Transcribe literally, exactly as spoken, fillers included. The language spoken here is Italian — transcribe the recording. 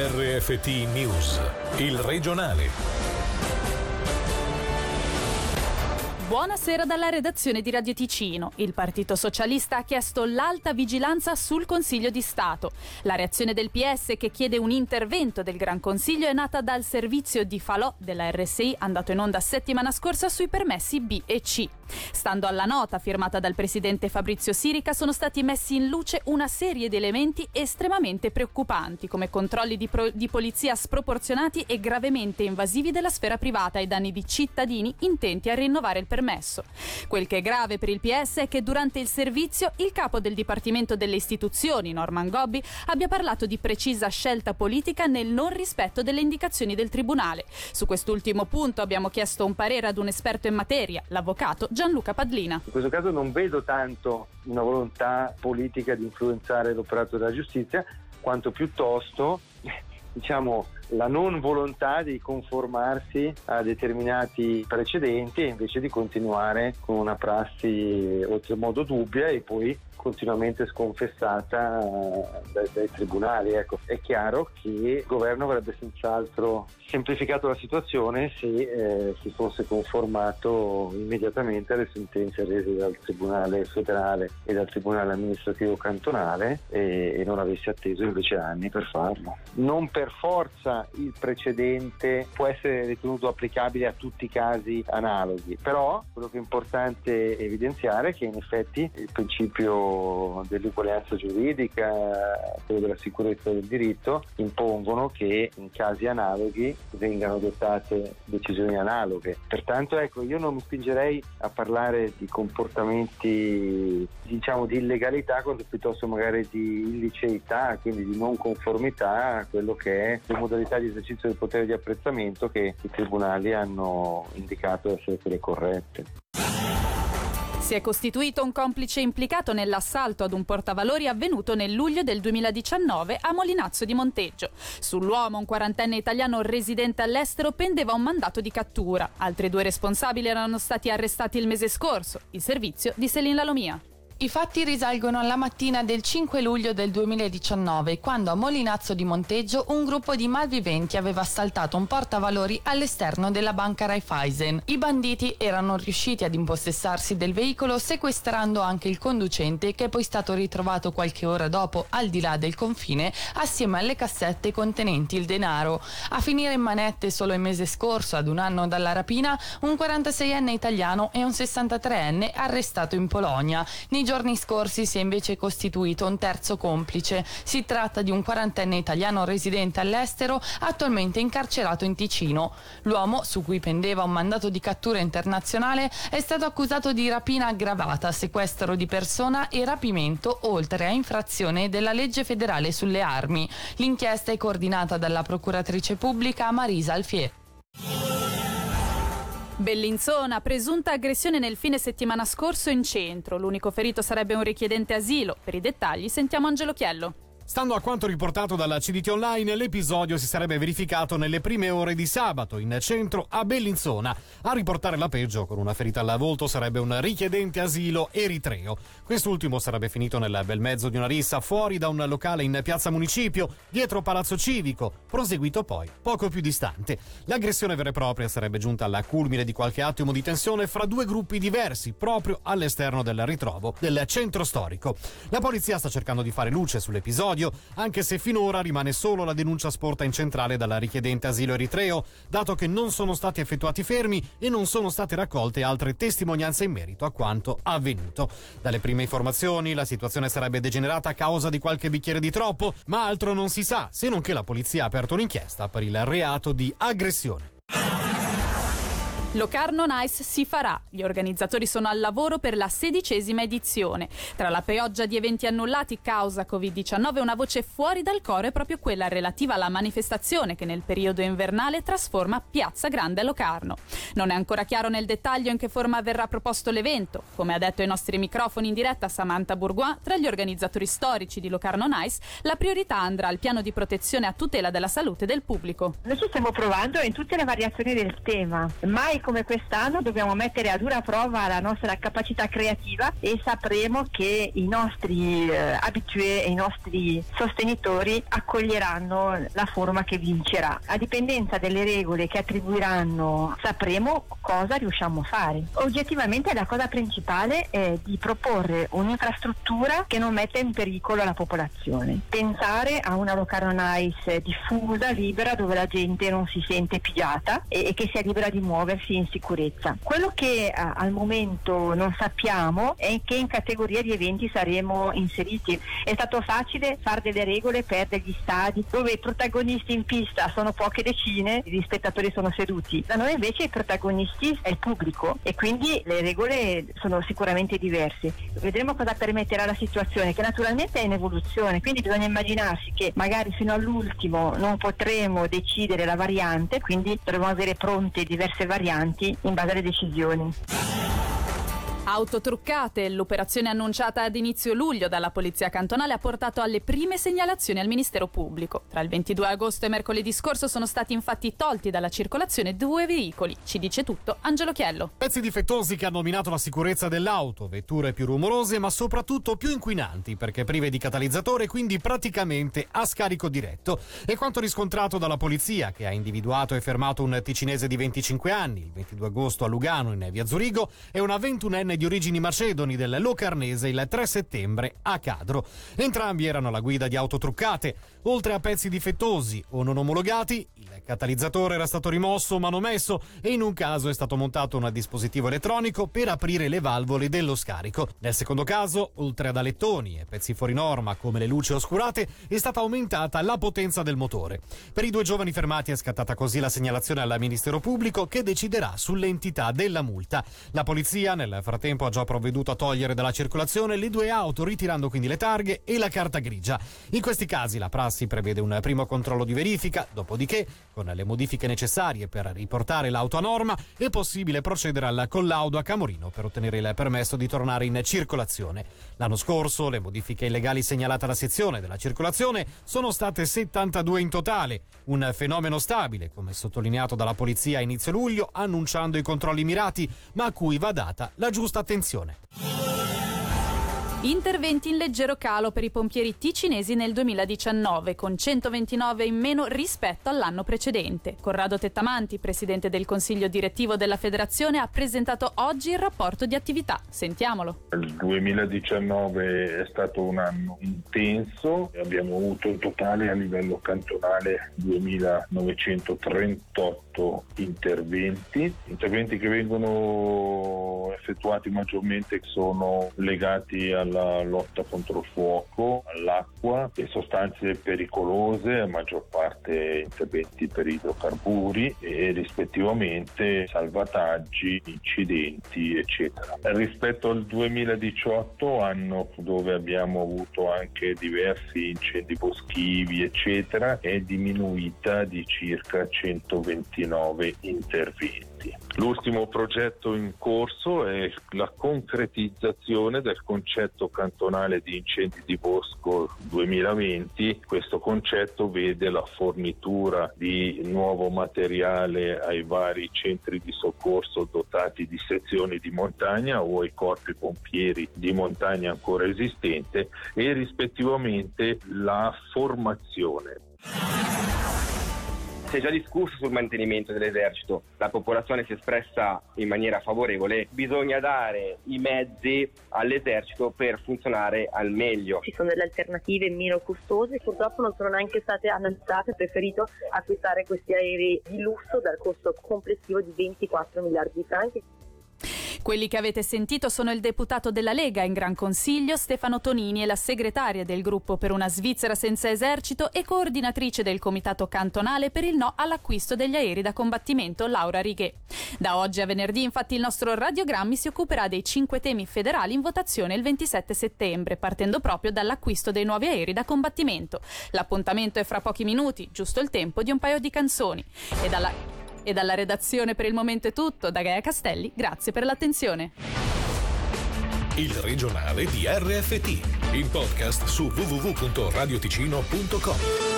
R F T News, il regionale. Buonasera dalla redazione di Radio Ticino. Il Partito Socialista ha chiesto l'alta vigilanza sul Consiglio di Stato. La reazione del P S, che chiede un intervento del Gran Consiglio, è nata dal servizio di falò della R S I andato in onda settimana scorsa sui permessi B e C. Stando alla nota firmata dal presidente Fabrizio Sirica, sono stati messi in luce una serie di elementi estremamente preoccupanti, come controlli di, pro- di polizia sproporzionati e gravemente invasivi della sfera privata ai danni di cittadini intenti a rinnovare il permesso. Quel che è grave per il P S è che durante il servizio il capo del Dipartimento delle Istituzioni, Norman Gobbi, abbia parlato di precisa scelta politica nel non rispetto delle indicazioni del Tribunale. Su quest'ultimo punto abbiamo chiesto un parere ad un esperto in materia, l'avvocato Gianluca Padlina. In questo caso non vedo tanto una volontà politica di influenzare l'operato della giustizia, quanto piuttosto diciamo la non volontà di conformarsi a determinati precedenti e invece di continuare con una prassi oltremodo dubbia e poi continuamente sconfessata dai, dai tribunali. Ecco, è chiaro che il governo avrebbe senz'altro semplificato la situazione se eh, si fosse conformato immediatamente alle sentenze rese dal Tribunale federale e dal Tribunale amministrativo cantonale e, e non avesse atteso invece anni per farlo. Non per forza il precedente può essere ritenuto applicabile a tutti i casi analoghi, però quello che è importante evidenziare è che in effetti il principio dell'uguaglianza giuridica, quello della sicurezza del diritto, impongono che in casi analoghi vengano adottate decisioni analoghe. Pertanto ecco, io non mi spingerei a parlare di comportamenti diciamo di illegalità quanto piuttosto magari di illiceità, quindi di non conformità a quello che è le modalità di esercizio del potere di apprezzamento che i tribunali hanno indicato essere quelle corrette. Si è costituito un complice implicato nell'assalto ad un portavalori avvenuto nel luglio del duemiladiciannove a Molinazzo di Monteggio. Sull'uomo, un quarantenne italiano residente all'estero, pendeva un mandato di cattura. Altri due responsabili erano stati arrestati il mese scorso. Il servizio di Selin Lalomia. I fatti risalgono alla mattina del cinque luglio del duemiladiciannove, quando a Molinazzo di Monteggio un gruppo di malviventi aveva assaltato un portavalori all'esterno della banca Raiffeisen. I banditi erano riusciti ad impossessarsi del veicolo, sequestrando anche il conducente, che è poi stato ritrovato qualche ora dopo al di là del confine assieme alle cassette contenenti il denaro. A finire in manette solo il mese scorso, ad un anno dalla rapina, un quarantaseienne italiano e un sessantatreenne arrestato in Polonia. Nei giorni scorsi si è invece costituito un terzo complice. Si tratta di un quarantenne italiano residente all'estero, attualmente incarcerato in Ticino. L'uomo, su cui pendeva un mandato di cattura internazionale, è stato accusato di rapina aggravata, sequestro di persona e rapimento, oltre a infrazione della legge federale sulle armi. L'inchiesta è coordinata dalla procuratrice pubblica Marisa Alfier. Bellinzona, presunta aggressione nel fine settimana scorso in centro. L'unico ferito sarebbe un richiedente asilo. Per i dettagli sentiamo Angelo Chiello. Stando a quanto riportato dalla C D T Online, l'episodio si sarebbe verificato nelle prime ore di sabato in centro a Bellinzona. A riportare la peggio, con una ferita alla volto, sarebbe un richiedente asilo eritreo. Quest'ultimo sarebbe finito nel bel mezzo di una rissa fuori da un locale in piazza Municipio, dietro Palazzo Civico, proseguito poi poco più distante. L'aggressione vera e propria sarebbe giunta alla culmine di qualche attimo di tensione fra due gruppi diversi, proprio all'esterno del ritrovo del centro storico. La polizia sta cercando di fare luce sull'episodio, anche se finora rimane solo la denuncia sporta in centrale dalla richiedente asilo eritreo, dato che non sono stati effettuati fermi e non sono state raccolte altre testimonianze in merito a quanto avvenuto. Dalle prime informazioni la situazione sarebbe degenerata a causa di qualche bicchiere di troppo, ma altro non si sa, se non che la polizia ha aperto un'inchiesta per il reato di aggressione. Locarno Nice si farà. Gli organizzatori sono al lavoro per la sedicesima edizione. Tra la pioggia di eventi annullati causa covid diciannove, una voce fuori dal coro è proprio quella relativa alla manifestazione che nel periodo invernale trasforma Piazza Grande a Locarno. Non è ancora chiaro nel dettaglio in che forma verrà proposto l'evento. Come ha detto ai nostri microfoni in diretta Samantha Bourgoin, tra gli organizzatori storici di Locarno Nice, la priorità andrà al piano di protezione a tutela della salute del pubblico. Adesso stiamo provando in tutte le variazioni del tema, mai come quest'anno dobbiamo mettere a dura prova la nostra capacità creativa e sapremo che i nostri eh, abitué e i nostri sostenitori accoglieranno la forma che vincerà. A dipendenza delle regole che attribuiranno sapremo cosa riusciamo a fare. Oggettivamente la cosa principale è di proporre un'infrastruttura che non metta in pericolo la popolazione. Pensare a una locanda nice diffusa, libera, dove la gente non si sente pigiata e, e che sia libera di muoversi in sicurezza. Quello che eh, al momento non sappiamo è in che in categoria di eventi saremo inseriti. È stato facile fare delle regole per degli stadi dove i protagonisti in pista sono poche decine, gli spettatori sono seduti. Da noi invece i protagonisti è il pubblico e quindi le regole sono sicuramente diverse. Vedremo cosa permetterà la situazione, che naturalmente è in evoluzione, quindi bisogna immaginarsi che magari fino all'ultimo non potremo decidere la variante, quindi dovremo avere pronte diverse varianti in base alle decisioni. Auto truccate. L'operazione annunciata ad inizio luglio dalla Polizia Cantonale ha portato alle prime segnalazioni al Ministero Pubblico. Tra il ventidue agosto e mercoledì scorso sono stati infatti tolti dalla circolazione due veicoli. Ci dice tutto Angelo Chiello. Pezzi difettosi che hanno minato la sicurezza dell'auto, vetture più rumorose ma soprattutto più inquinanti perché prive di catalizzatore e quindi praticamente a scarico diretto. È quanto riscontrato dalla polizia, che ha individuato e fermato un ticinese di venticinque anni il ventidue agosto a Lugano in via Zurigo e una ventunenne di origini macedoni del Locarnese il tre settembre a Cadro. Entrambi erano alla guida di auto truccate. Oltre a pezzi difettosi o non omologati, il catalizzatore era stato rimosso o manomesso e in un caso è stato montato un dispositivo elettronico per aprire le valvole dello scarico. Nel secondo caso, oltre ad alettoni e pezzi fuori norma come le luci oscurate, è stata aumentata la potenza del motore. Per i due giovani fermati è scattata così la segnalazione al Ministero Pubblico, che deciderà sull'entità della multa. La polizia nel frattempo ha già provveduto a togliere dalla circolazione le due auto, ritirando quindi le targhe e la carta grigia. In questi casi la prassi prevede un primo controllo di verifica, dopodiché, con le modifiche necessarie per riportare l'auto a norma, è possibile procedere al collaudo a Camorino per ottenere il permesso di tornare in circolazione. L'anno scorso le modifiche illegali segnalate alla sezione della circolazione sono state settantadue in totale, un fenomeno stabile, come sottolineato dalla polizia a inizio luglio, annunciando i controlli mirati, ma a cui va data la giusta attenzione. Interventi in leggero calo per i pompieri ticinesi nel duemiladiciannove, con centoventinove in meno rispetto all'anno precedente. Corrado Tettamanti, presidente del Consiglio direttivo della Federazione, ha presentato oggi il rapporto di attività. Sentiamolo. Il duemiladiciannove è stato un anno intenso. Abbiamo avuto in totale a livello cantonale duemilanovecentotrentotto interventi. Interventi che vengono effettuati maggiormente sono legati alla la lotta contro il fuoco, all'acqua e sostanze pericolose, a maggior parte interventi per idrocarburi e rispettivamente salvataggi, incidenti, eccetera. Rispetto al duemiladiciotto, anno dove abbiamo avuto anche diversi incendi boschivi, eccetera, è diminuita di circa centoventinove interventi. L'ultimo progetto in corso è la concretizzazione del concetto cantonale di incendi di bosco duemilaventi. Questo concetto vede la fornitura di nuovo materiale ai vari centri di soccorso dotati di sezioni di montagna o ai corpi pompieri di montagna ancora esistente e rispettivamente la formazione. Si è già discusso sul mantenimento dell'esercito, la popolazione si è espressa in maniera favorevole, bisogna dare i mezzi all'esercito per funzionare al meglio. Ci sono delle alternative meno costose, purtroppo non sono neanche state analizzate, ho preferito acquistare questi aerei di lusso dal costo complessivo di ventiquattro miliardi di franchi. Quelli che avete sentito sono il deputato della Lega in Gran Consiglio Stefano Tonini e la segretaria del gruppo per una Svizzera senza esercito e coordinatrice del comitato cantonale per il no all'acquisto degli aerei da combattimento Laura Righet. Da oggi a venerdì infatti il nostro Radiogrammi si occuperà dei cinque temi federali in votazione il ventisette settembre, partendo proprio dall'acquisto dei nuovi aerei da combattimento. L'appuntamento è fra pochi minuti, giusto il tempo di un paio di canzoni. E dalla E dalla redazione per il momento è tutto. Da Gaia Castelli, grazie per l'attenzione. Il regionale di R F T, il podcast su w w w punto radioticino punto com.